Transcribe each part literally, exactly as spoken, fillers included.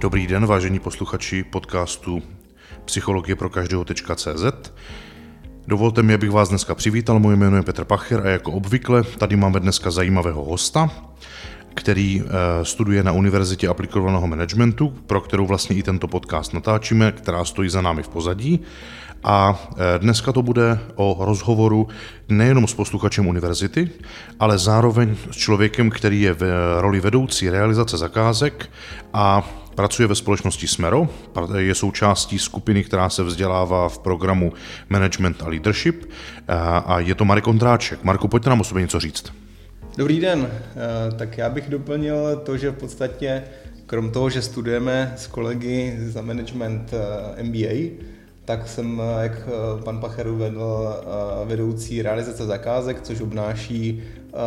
Dobrý den, vážení posluchači podcastu psychologie pro každého tečka cé zet. Dovolte mi, abych vás dneska přivítal, moje jméno je Petr Pacher a jako obvykle tady máme dneska zajímavého hosta, který studuje na Univerzitě aplikovaného managementu, pro kterou vlastně i tento podcast natáčíme, která stojí za námi v pozadí. A dneska to bude o rozhovoru nejenom s posluchačem univerzity, ale zároveň s člověkem, který je v roli vedoucí realizace zakázek a pracuje ve společnosti Smero, je součástí skupiny, která se vzdělává v programu Management a Leadership a je to Marek Ondráček. Marku, pojďte nám o sobě něco říct. Dobrý den, tak já bych doplnil to, že v podstatě krom toho, že studujeme s kolegy za management M B A, tak jsem, jak pan Pacher uvedl, vedoucí realizace zakázek, což obnáší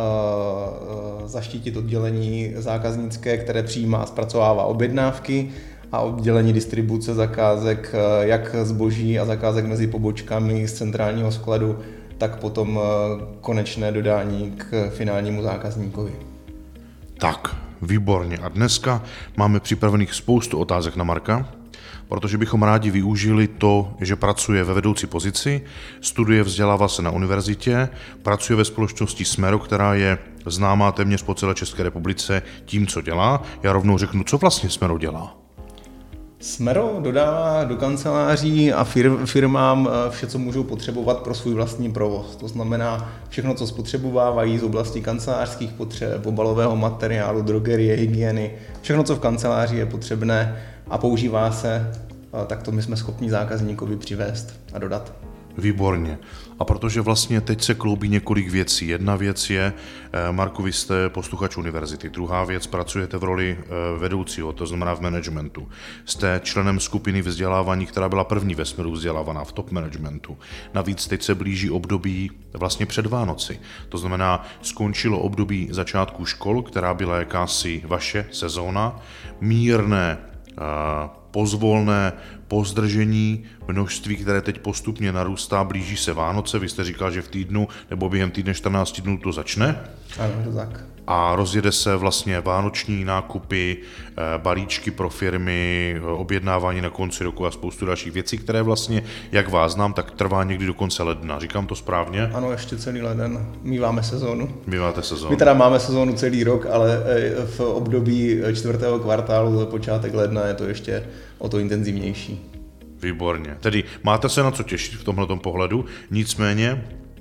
zaštítit oddělení zákaznické, které přijímá a zpracovává objednávky, a oddělení distribuce zakázek, jak zboží a zakázek mezi pobočkami z centrálního skladu, tak potom konečné dodání k finálnímu zákazníkovi. Tak, výborně. A dneska máme připravených spoustu otázek na Marka, protože bychom rádi využili to, že pracuje ve vedoucí pozici, studuje, vzdělává se na univerzitě, pracuje ve společnosti Smero, která je známá téměř po celé České republice tím, co dělá. Já rovnou řeknu, co vlastně Smero dělá. Smero dodává do kanceláří a fir- firmám vše, co můžou potřebovat pro svůj vlastní provoz. To znamená všechno, co spotřebovávají z oblasti kancelářských potřeb, obalového materiálu, drogerie, hygieny, všechno, co v kanceláři je potřebné a používá se, tak to my jsme schopni zákazníkovi přivést a dodat. Výborně. A protože vlastně teď se kloubí několik věcí. Jedna věc je, Marku, vy jste posluchač univerzity. Druhá věc, pracujete v roli vedoucího, to znamená v managementu. Jste členem skupiny vzdělávání, která byla první ve Smeru vzdělávaná v top managementu. Navíc teď se blíží období vlastně před Vánoci. To znamená, skončilo období začátku škol, která byla jakási vaše sezóna, mírné pozvolné pozdržení množství, které teď postupně narůstá, blíží se Vánoce. Vy jste říkal, že v týdnu nebo během týdne čtrnáct dnů to začne. Ano, to tak. A rozjede se vlastně vánoční nákupy, balíčky pro firmy, objednávání na konci roku a spoustu dalších věcí, které vlastně, jak vás znám, tak trvá někdy do konce ledna. Říkám to správně? Ano, ještě celý leden. Míváme sezónu. Míváte sezónu. My teda máme sezónu celý rok, ale v období čtvrtého kvartálu, počátek ledna, je to ještě o to intenzivnější. Výborně. Tedy máte se na co těšit v tomhletom pohledu, nicméně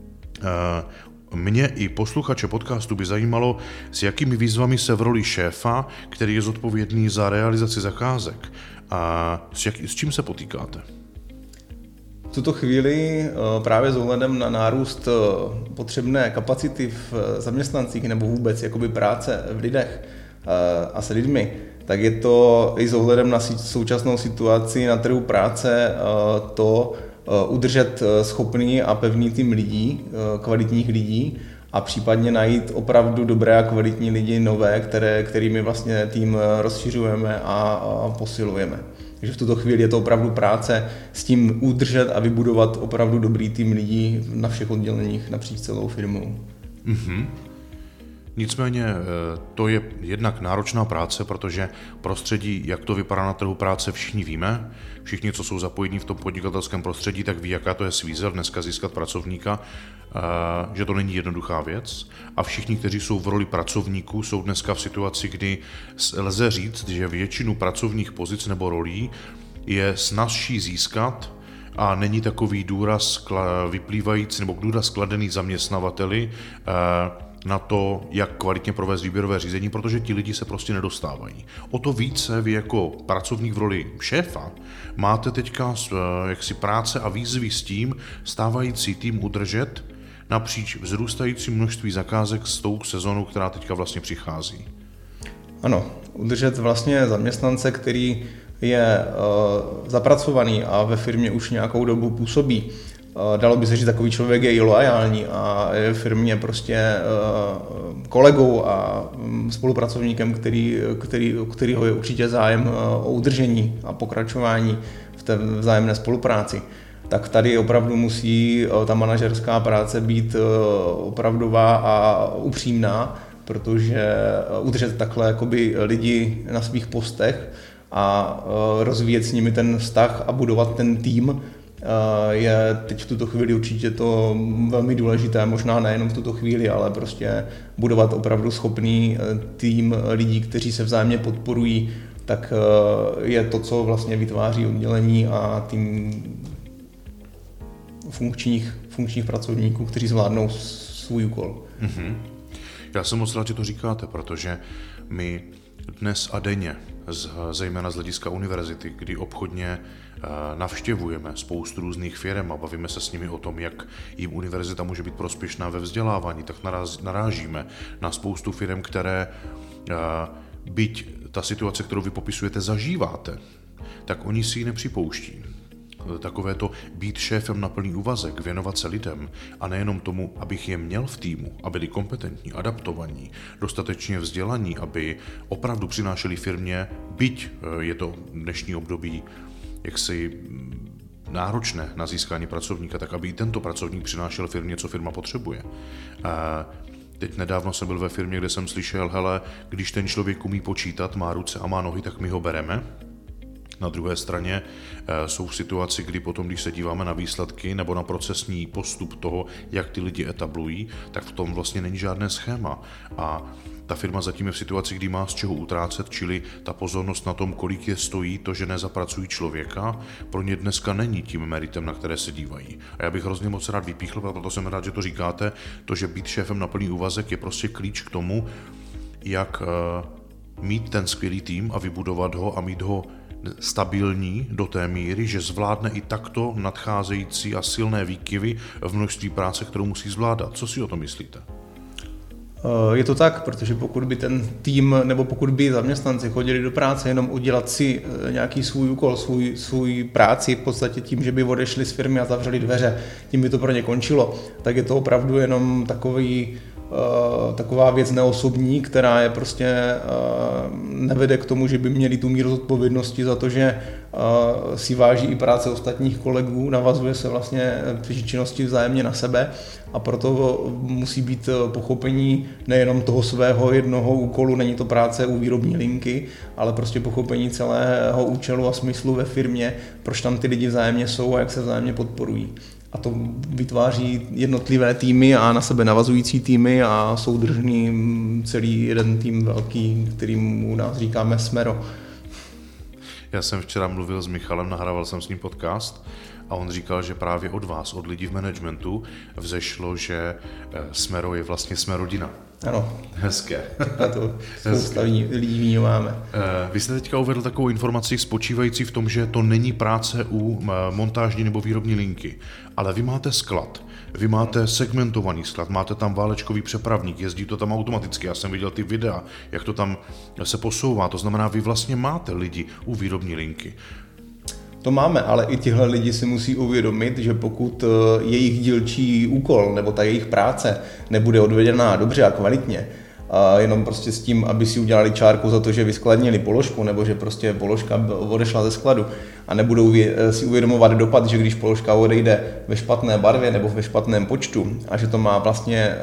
mě i posluchače podcastu by zajímalo, s jakými výzvami se v roli šéfa, který je zodpovědný za realizaci zakázek, a s, jak, s čím se potýkáte? V tuto chvíli právě s ohledem na nárůst potřebné kapacity v zaměstnancích nebo vůbec jakoby práce v lidech a s lidmi, tak je to i s ohledem na současnou situaci na trhu práce to udržet schopný a pevný tým lidí, kvalitních lidí a případně najít opravdu dobré a kvalitní lidi nové, které, kterými vlastně tým rozšiřujeme a, a posilujeme. Takže v tuto chvíli je to opravdu práce s tím udržet a vybudovat opravdu dobrý tým lidí na všech odděleních napříč celou firmou. Mm-hmm. Nicméně to je jednak náročná práce, protože prostředí, jak to vypadá na trhu práce, všichni víme. Všichni, co jsou zapojení v tom podnikatelském prostředí, tak ví, jaká to je svízel dneska získat pracovníka, že to není jednoduchá věc. A všichni, kteří jsou v roli pracovníků, jsou dneska v situaci, kdy lze říct, že většinu pracovních pozic nebo rolí je snazší získat a není takový důraz vyplývající nebo důraz kladený zaměstnavateli na to, jak kvalitně provést výběrové řízení, protože ti lidi se prostě nedostávají. O to více vy jako pracovník v roli šéfa máte teďka jaksi práce a výzvy s tím stávající tým udržet napříč vzrůstajícím množství zakázek s tou sezónou, která teďka vlastně přichází. Ano, udržet vlastně zaměstnance, který je uh, zapracovaný a ve firmě už nějakou dobu působí. Uh, dalo by se říct, takový člověk je i loajální a je v firmě prostě uh, kolegou a um, spolupracovníkem, který, který, kterýho je určitě zájem uh, o udržení a pokračování v té vzájemné spolupráci. Tak tady opravdu musí uh, ta manažerská práce být uh, opravdová a upřímná, protože udržet takhle jakoby lidi na svých postech a rozvíjet s nimi ten vztah a budovat ten tým je teď v tuto chvíli určitě to velmi důležité, možná nejenom v tuto chvíli, ale prostě budovat opravdu schopný tým lidí, kteří se vzájemně podporují, tak je to, co vlastně vytváří oddělení a tým funkčních, funkčních pracovníků, kteří zvládnou svůj úkol. Mm-hmm. Já jsem moc rád, že to říkáte, protože my dnes a denně, z, zejména z hlediska univerzity, kdy obchodně navštěvujeme spoustu různých firm a bavíme se s nimi o tom, jak jim univerzita může být prospěšná ve vzdělávání, tak naraz, narážíme na spoustu firm, které byť ta situace, kterou vy popisujete, zažíváte, tak oni si ji nepřipouští. Takové to být šéfem na plný úvazek, věnovat se lidem a nejenom tomu, abych je měl v týmu a byli kompetentní, adaptovaní, dostatečně vzdělaní, aby opravdu přinášeli firmě, byť je to dnešní období jaksi náročné na získání pracovníka, tak aby i tento pracovník přinášel firmě, co firma potřebuje. A teď nedávno jsem byl ve firmě, kde jsem slyšel, hele, když ten člověk umí počítat, má ruce a má nohy, tak my ho bereme. Na druhé straně e, jsou v situaci, kdy potom, když se díváme na výsledky nebo na procesní postup toho, jak ty lidi etablují, tak v tom vlastně není žádné schéma. A ta firma zatím je v situaci, kdy má z čeho utrácet, čili ta pozornost na tom, kolik je stojí to, že nezapracují člověka, pro ně dneska není tím meritem, na které se dívají. A já bych hrozně moc rád vypíchl, proto jsem rád, že to říkáte, to, že být šéfem na plný úvazek je prostě klíč k tomu, jak e, mít ten skvělý tým a vybudovat ho a mít ho stabilní do té míry, že zvládne i takto nadcházející a silné výkyvy v množství práce, kterou musí zvládat. Co si o tom myslíte? Je to tak, protože pokud by ten tým nebo pokud by zaměstnanci chodili do práce jenom udělat si nějaký svůj úkol, svůj, svůj práci v podstatě tím, že by odešli z firmy a zavřeli dveře, tím by to pro ně končilo, tak je to opravdu jenom takový taková věc neosobní, která je prostě nevede k tomu, že by měli tu míru zodpovědnosti za to, že si váží i práce ostatních kolegů, navazuje se vlastně při činnosti vzájemně na sebe a proto musí být pochopení nejenom toho svého jednoho úkolu, není to práce u výrobní linky, ale prostě pochopení celého účelu a smyslu ve firmě, proč tam ty lidi vzájemně jsou a jak se vzájemně podporují. A to vytváří jednotlivé týmy a na sebe navazující týmy a soudržný celý jeden tým velký, kterým u nás říkáme Smero. Já jsem včera mluvil s Michalem, nahrával jsem s ním podcast a on říkal, že právě od vás, od lidí v managementu, vzešlo, že Smero je vlastně Smerodina. Ano. Hezké. A to spousta lidí vnímáme. Vy jste teďka uvedl takovou informaci spočívající v tom, že to není práce u montážní nebo výrobní linky, ale vy máte sklad, vy máte segmentovaný sklad, máte tam válečkový přepravník, jezdí to tam automaticky, já jsem viděl ty videa, jak to tam se posouvá, to znamená, vy vlastně máte lidi u výrobní linky. To máme, ale i tihle lidi si musí uvědomit, že pokud jejich dílčí úkol nebo ta jejich práce nebude odvedená dobře a kvalitně, a jenom prostě s tím, aby si udělali čárku za to, že vyskladnili položku, nebo že prostě položka odešla ze skladu a nebudou si uvědomovat dopad, že když položka odejde ve špatné barvě nebo ve špatném počtu a že to má vlastně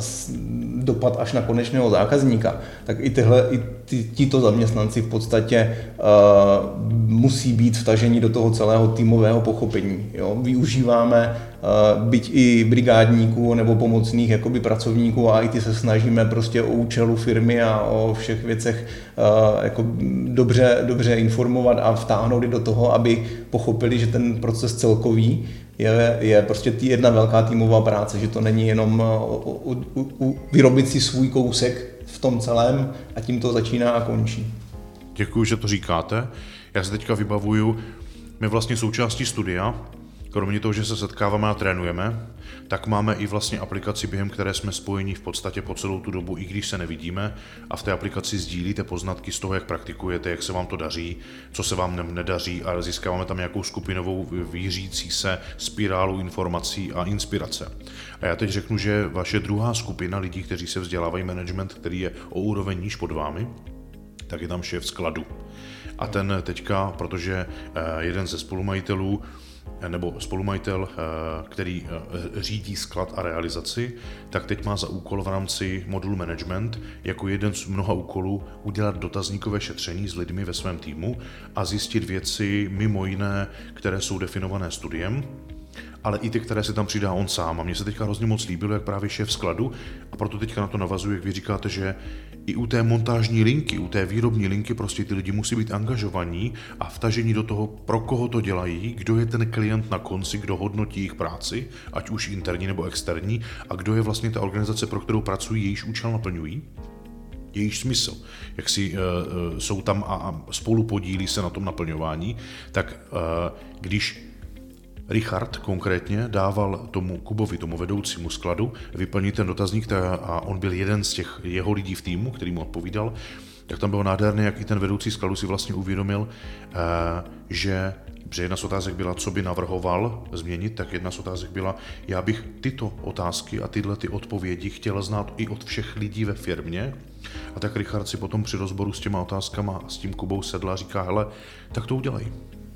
dopad až na konečného zákazníka, tak i tyhle, i ty, títo zaměstnanci v podstatě uh, musí být vtaženi do toho celého týmového pochopení. Jo? Využíváme uh, byť i brigádníků nebo pomocných jakoby pracovníků a i ty se snažíme prostě o účelu firmy a o všech věcech uh, jako dobře, dobře informovat a vtáhnout je do toho, aby pochopili, že ten proces celkový je, je prostě tý jedna velká týmová práce, že to není jenom uh, uh, uh, uh, vyrobit si svůj kousek v tom celém a tím to začíná a končí. Děkuji, že to říkáte. Já se teďka vybavuju, my vlastně součástí studia, kromě toho, že se setkáváme a trénujeme, tak máme i vlastně aplikaci, během které jsme spojeni v podstatě po celou tu dobu, i když se nevidíme, a v té aplikaci sdílíte poznatky z toho, jak praktikujete, jak se vám to daří, co se vám nedaří a získáváme tam nějakou skupinovou výřící se spirálu informací a inspirace. A já teď řeknu, že vaše druhá skupina lidí, kteří se vzdělávají management, který je o úroveň níž pod vámi, tak je tam šéf skladu. A ten teďka, protože jeden ze spolumajitelů nebo spolumajitel, který řídí sklad a realizaci, tak teď má za úkol v rámci modulu management jako jeden z mnoha úkolů udělat dotazníkové šetření s lidmi ve svém týmu a zjistit věci mimo jiné, které jsou definované studiem, ale i ty, které se tam přidá on sám. A mně se teďka hrozně moc líbilo, jak právě šéf skladu, a proto teďka na to navazuji, jak vy říkáte, že i u té montážní linky, u té výrobní linky prostě ty lidi musí být angažovaní a vtažení do toho, pro koho to dělají, kdo je ten klient na konci, kdo hodnotí jejich práci, ať už interní nebo externí, a kdo je vlastně ta organizace, pro kterou pracují, jejíž účel naplňují, jejíž smysl, jak si uh, jsou tam a, a spolu podílí se na tom naplňování, tak uh, když Richard konkrétně dával tomu Kubovi, tomu vedoucímu skladu, vyplnit ten dotazník a on byl jeden z těch jeho lidí v týmu, který mu odpovídal, tak tam bylo nádherné, jak i ten vedoucí skladu si vlastně uvědomil, že protože jedna z otázek byla, co by navrhoval změnit, tak jedna z otázek byla, já bych tyto otázky a tyhle ty odpovědi chtěl znát i od všech lidí ve firmě. A tak Richard si potom při rozboru s těma otázkama a s tím Kubou sedla a říká, hele, tak to udělej.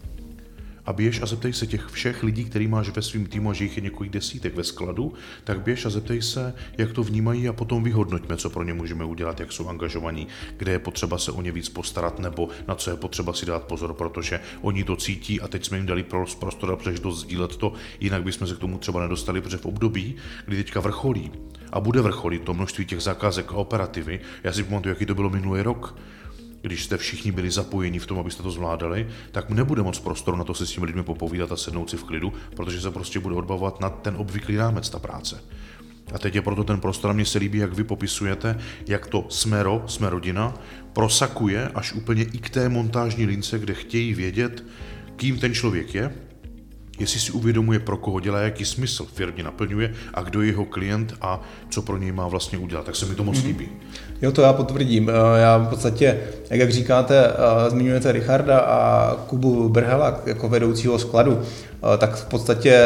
A běž a zeptej se těch všech lidí, který máš ve svém týmu, a že jich je několik desítek ve skladu, tak běž a zeptej se, jak to vnímají a potom vyhodnoťme, co pro ně můžeme udělat, jak jsou angažovaní, kde je potřeba se o ně víc postarat nebo na co je potřeba si dát pozor, protože oni to cítí a teď jsme jim dali prostor a příležitost sdílet to, jinak bychom se k tomu třeba nedostali, protože v období, kdy teďka vrcholí a bude vrcholit to množství těch zakázek a operativy, já si pamatuju, jaký to bylo minulý rok, když jste všichni byli zapojeni v tom, abyste to zvládali, tak nebude moc prostoru na to se s těmi lidmi popovídat a sednout si v klidu, protože se prostě bude odbavovat na ten obvyklý rámec ta práce. A teď je proto ten prostor, a mně se líbí, jak vy popisujete, jak to Smero, jsme rodina, prosakuje až úplně i k té montážní lince, kde chtějí vědět, kým ten člověk je, jestli si uvědomuje, pro koho dělá, jaký smysl firmě naplňuje a kdo je jeho klient a co pro něj má vlastně udělat. Tak se mi to moc líbí. Jo, to já potvrdím. Já v podstatě, jak říkáte, zmiňujete Richarda a Kubu Brhela jako vedoucího skladu, tak v podstatě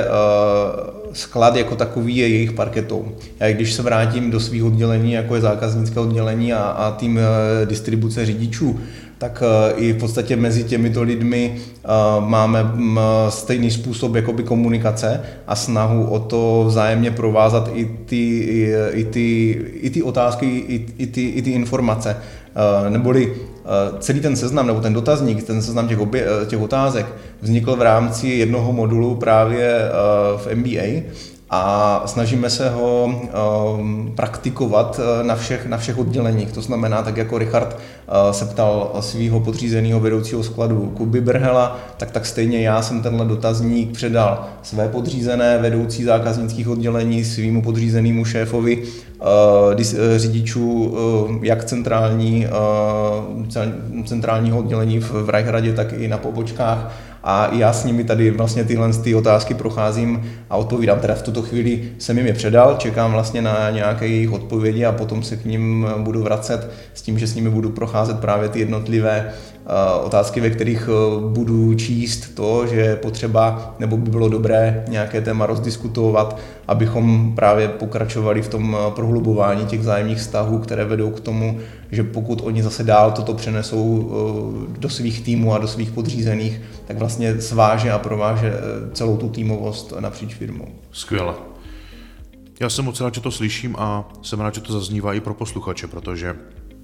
sklad jako takový je jejich parketou. Já když se vrátím do svých oddělení, jako je zákaznické oddělení a, a tým distribuce řidičů, tak i v podstatě mezi těmito lidmi máme stejný způsob jakoby komunikace a snahu o to vzájemně provázat i ty, i, i ty, i ty otázky, i, i, ty, i ty informace. Neboli celý ten seznam, nebo ten dotazník, ten seznam těch, obě, těch otázek vznikl v rámci jednoho modulu právě v M B A, a snažíme se ho um, praktikovat na všech, na všech odděleních. To znamená, tak jako Richard uh, se ptal svého podřízeného vedoucího skladu Kuby Brhela, tak tak stejně já jsem tenhle dotazník předal své podřízené vedoucí zákaznických oddělení svýmu podřízenému šéfovi uh, dis, uh, řidičů uh, jak centrální, uh, centrálního oddělení v, v Rajhradě, tak i na pobočkách. A já s nimi tady vlastně tyhle ty otázky procházím a odpovídám. Teda v tuto chvíli jsem jim je předal, čekám vlastně na nějaké jejich odpovědi a potom se k nim budu vracet s tím, že s nimi budu procházet právě ty jednotlivé otázky, ve kterých budu číst to, že je potřeba nebo by bylo dobré nějaké téma rozdiskutovat, abychom právě pokračovali v tom prohlubování těch vzájemných vztahů, které vedou k tomu, že pokud oni zase dál toto přenesou do svých týmů a do svých podřízených, tak vlastně sváže a prováže celou tu týmovost napříč firmou. Skvěle. Já jsem moc rád, že to slyším a jsem rád, že to zaznívá i pro posluchače, protože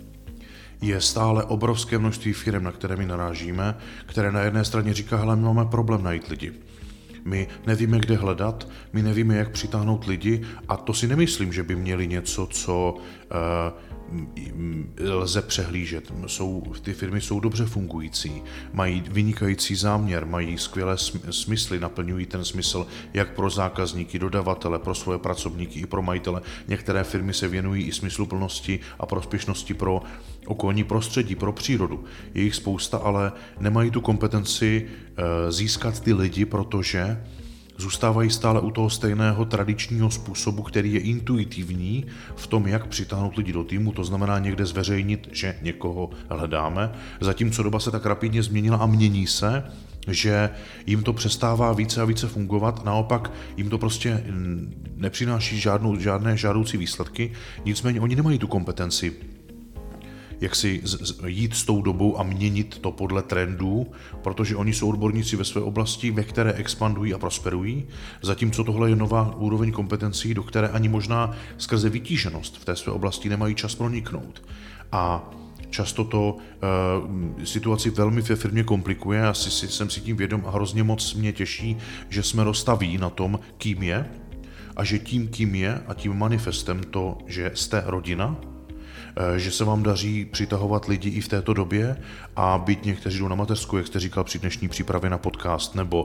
je stále obrovské množství firm, na které my narážíme, které na jedné straně říká, hele, my máme problém najít lidi. My nevíme, kde hledat, my nevíme, jak přitáhnout lidi a to si nemyslím, že by měli něco, co uh, lze přehlížet. Jsou, ty firmy jsou dobře fungující, mají vynikající záměr, mají skvělé smysly, naplňují ten smysl jak pro zákazníky, dodavatele, pro svoje pracovníky i pro majitele. Některé firmy se věnují i smysluplnosti a prospěšnosti pro okolní prostředí, pro přírodu. Je jich spousta, ale nemají tu kompetenci uh, získat ty lidi, protože zůstávají stále u toho stejného tradičního způsobu, který je intuitivní v tom, jak přitáhnout lidi do týmu, to znamená někde zveřejnit, že někoho hledáme, zatímco doba se tak rapidně změnila a mění se, že jim to přestává více a více fungovat, naopak jim to prostě nepřináší žádnou, žádné žádoucí výsledky, nicméně oni nemají tu kompetenci jak si jít s tou dobou a měnit to podle trendů, protože oni jsou odborníci ve své oblasti, ve které expandují a prosperují, zatímco tohle je nová úroveň kompetencí, do které ani možná skrze vytíženost v té své oblasti nemají čas proniknout. A často to uh, situaci velmi ve firmě komplikuje, asi si, jsem si tím vědom a hrozně moc mě těší, že jsme rozstaví na tom, kým je a že tím, kým je a tím manifestem to, že jste rodina, uh, že se vám daří přitahovat lidi i v této době a byť někteří jdou na mateřskou, jak jste říkal při dnešní přípravě na podcast, nebo uh,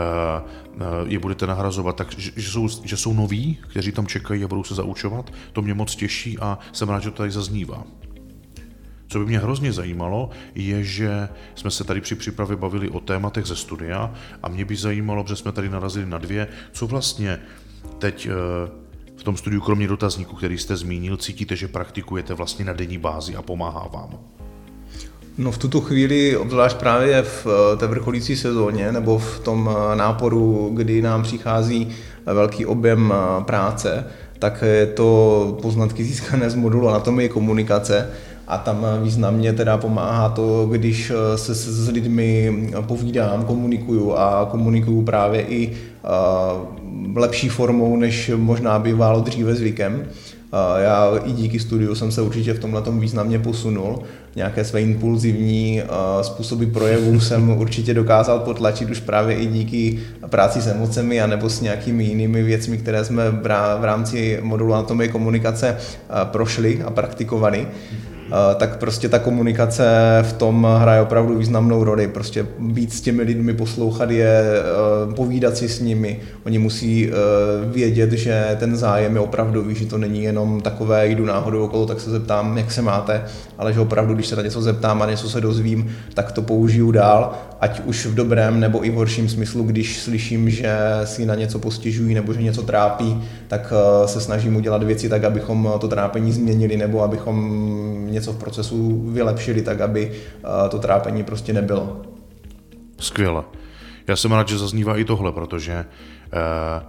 uh, je budete nahrazovat, tak že, že, jsou, že jsou noví, kteří tam čekají a budou se zaučovat, to mě moc těší a jsem rád, že to tady zaznívá. Co by mě hrozně zajímalo, je, že jsme se tady při přípravě bavili o tématech ze studia a mě by zajímalo, protože jsme tady narazili na dvě, co vlastně teď v tom studiu, kromě dotazníku, který jste zmínil, cítíte, že praktikujete vlastně na denní bázi a pomáhá vám? No v tuto chvíli, obzvlášť právě v té vrcholící sezóně nebo v tom náporu, kdy nám přichází velký objem práce, tak je to poznatky získané z modulu anatomie komunikace. A tam významně teda pomáhá to, když se s lidmi povídám, komunikuju a komunikuju právě i lepší formou, než možná bývalo dříve zvykem. Já i díky studiu jsem se určitě v tomhletom významně posunul. Nějaké své impulzivní způsoby projevů jsem určitě dokázal potlačit už právě i díky práci s emocemi anebo s nějakými jinými věcmi, které jsme v rámci modulu anatomie komunikace prošli a praktikovali. Tak prostě ta komunikace v tom hraje opravdu významnou roli. Prostě být s těmi lidmi, poslouchat je, povídat si s nimi. Oni musí vědět, že ten zájem je opravdový, že to není jenom takové, jdu náhodou okolo, tak se zeptám, jak se máte, ale že opravdu, když se na něco zeptám a něco se dozvím, tak to použiju dál, ať už v dobrém nebo i v horším smyslu, když slyším, že si na něco postěžují nebo že něco trápí, tak se snažím udělat věci tak, abychom to trápení změnili nebo abychom něco v procesu vylepšili tak, aby to trápení prostě nebylo. Skvěle. Já jsem rád, že zaznívá i tohle, protože eh,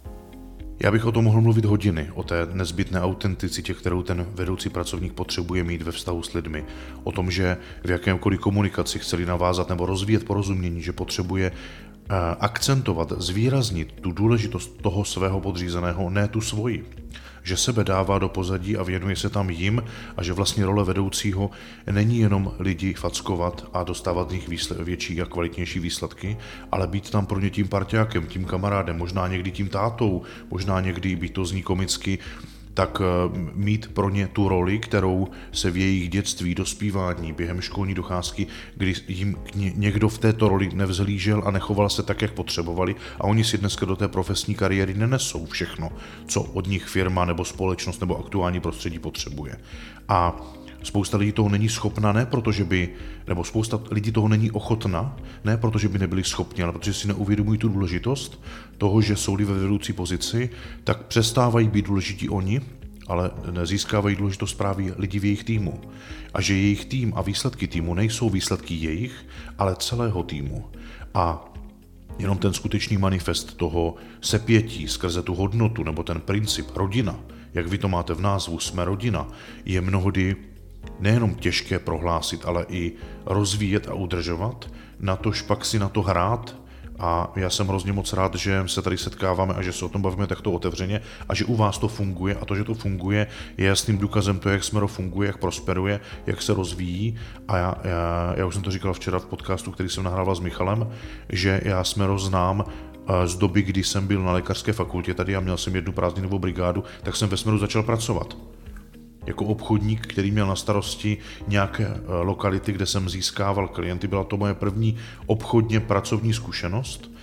já bych o tom mohl mluvit hodiny, o té nezbytné autenticitě, kterou ten vedoucí pracovník potřebuje mít ve vztahu s lidmi, o tom, že v jakémkoliv komunikaci chceli navázat nebo rozvíjet porozumění, že potřebuje eh, akcentovat, zvýraznit tu důležitost toho svého podřízeného, ne tu svoji. Že sebe dává do pozadí a věnuje se tam jim a že vlastně role vedoucího není jenom lidi fackovat a dostávat z nich výsled, větší a kvalitnější výsledky, ale být tam pro ně tím parťákem, tím kamarádem, možná někdy tím tátou, možná někdy, byť to zní komicky, tak mít pro ně tu roli, kterou se v jejich dětství, dospívání, během školní docházky, kdy jim někdo v této roli nevzhlížel a nechoval se tak, jak potřebovali a oni si dneska do té profesní kariéry nenesou všechno, co od nich firma nebo společnost nebo aktuální prostředí potřebuje. A spousta lidí toho není schopna, ne protože by, nebo spousta lidí toho není ochotna, ne protože by nebyli schopni, ale protože si neuvědomují tu důležitost toho, že jsou-li ve vedoucí pozici, tak přestávají být důležití oni, ale získávají důležitost právě lidi v jejich týmu. A že jejich tým a výsledky týmu nejsou výsledky jejich, ale celého týmu. A jenom ten skutečný manifest toho sepětí skrze tu hodnotu nebo ten princip rodina, jak vy to máte v názvu, jsme rodina, je mnohdy nejenom těžké prohlásit, ale i rozvíjet a udržovat, natož pak si na to hrát a já jsem hrozně moc rád, že se tady setkáváme a že se o tom bavíme takto otevřeně a že u vás to funguje a to, že to funguje, je jasným důkazem to, jak Smero funguje, jak prosperuje, jak se rozvíjí a já, já, já už jsem to říkal včera v podcastu, který jsem nahrával s Michalem, že já Smero znám z doby, kdy jsem byl na lékařské fakultě tady a měl jsem jednu prázdninovou brigádu, tak jsem ve Smeru začal pracovat. Jako obchodník, který měl na starosti nějaké lokality, kde jsem získával klienty, byla to moje první obchodně pracovní zkušenost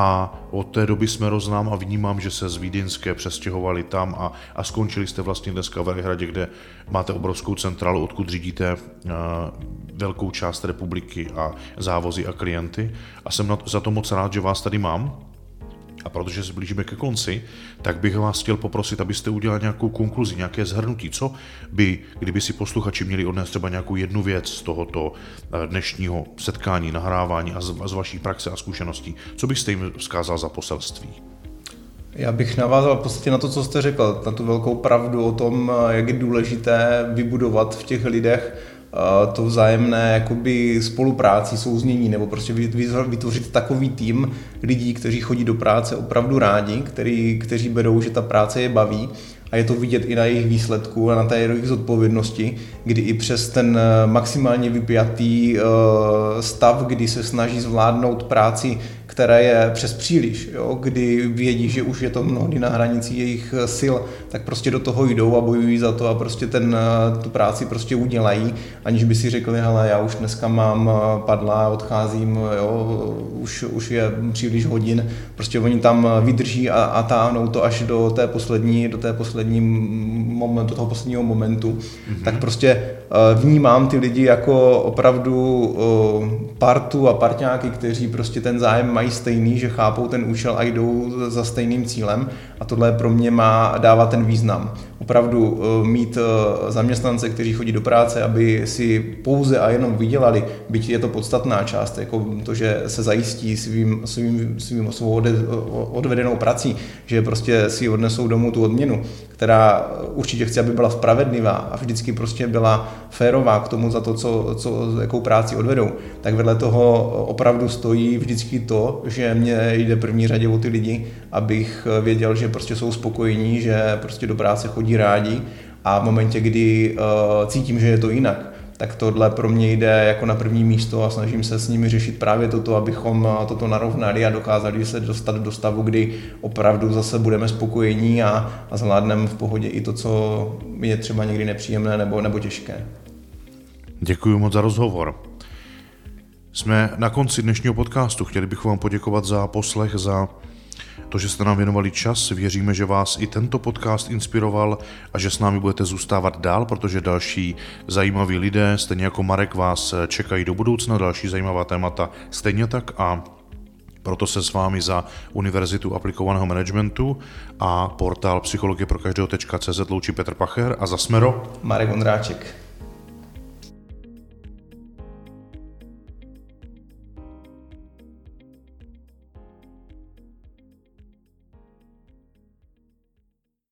a od té doby jsme roznám a vnímám, že se z Vídeňské přestěhovali tam a, a skončili jste vlastně dneska v Velihradě, kde máte obrovskou centrálu, odkud řídíte uh, velkou část republiky a závozy a klienty a jsem na to, za to moc rád, že vás tady mám. A protože se blížíme ke konci, tak bych vás chtěl poprosit, abyste udělali nějakou konkluzi, nějaké shrnutí, co by, kdyby si posluchači měli odnést třeba nějakou jednu věc z tohoto dnešního setkání, nahrávání a z, z vaší praxe a zkušeností, co byste jim vzkázal za poselství? Já bych navázal v podstatě na to, co jste řekl, na tu velkou pravdu o tom, jak je důležité vybudovat v těch lidech to vzájemné jakoby spolupráci, souznění, nebo prostě vytvořit takový tým lidí, kteří chodí do práce opravdu rádi, který, kteří berou, že ta práce je baví. A je to vidět i na jejich výsledku a na té jejich zodpovědnosti, kdy i přes ten maximálně vypjatý stav, kdy se snaží zvládnout práci, která je přes příliš, jo, kdy vědí, že už je to mnohdy na hranici jejich sil, tak prostě do toho jdou a bojují za to a prostě ten, tu práci prostě udělají, aniž by si řekli, hele, já už dneska mám padla, odcházím, jo, už, už je příliš hodin, prostě oni tam vydrží a, a táhnou to až do té poslední, do té poslední moment, do toho posledního momentu, mm-hmm. tak prostě vnímám ty lidi jako opravdu partu a parťáky, kteří prostě ten zájem mají stejný, že chápou ten účel a jdou za stejným cílem a tohle pro mě má dávat ten význam. Opravdu mít zaměstnance, kteří chodí do práce, aby si pouze a jenom vydělali, byť je to podstatná část, jako to, že se zajistí svým, svým, svým svou odvedenou prací, že prostě si odnesou domů tu odměnu, která určitě chci, aby byla spravedlivá a vždycky prostě byla férová k tomu za to, co, co, jakou práci odvedou, tak vedle toho opravdu stojí vždycky to, že mě jde v první řadě o ty lidi, abych věděl, že prostě jsou spokojení, že prostě do práce chodí rádi a v momentě, kdy uh, cítím, že je to jinak, tak tohle pro mě jde jako na první místo a snažím se s nimi řešit právě toto, abychom toto narovnali a dokázali se dostat do stavu, kdy opravdu zase budeme spokojení a, a zvládneme v pohodě i to, co je třeba někdy nepříjemné nebo, nebo těžké. Děkuji moc za rozhovor. Jsme na konci dnešního podcastu. Chtěli bychom vám poděkovat za poslech, za to, že jste nám věnovali čas. Věříme, že vás i tento podcast inspiroval a že s námi budete zůstávat dál, protože další zajímaví lidé, stejně jako Marek, vás čekají do budoucna, další zajímavá témata stejně tak a proto se s vámi za Univerzitu aplikovaného managementu a portál psychologie pro každého tečka cé zet loučí Petr Pacher a za Smero Marek Ondráček.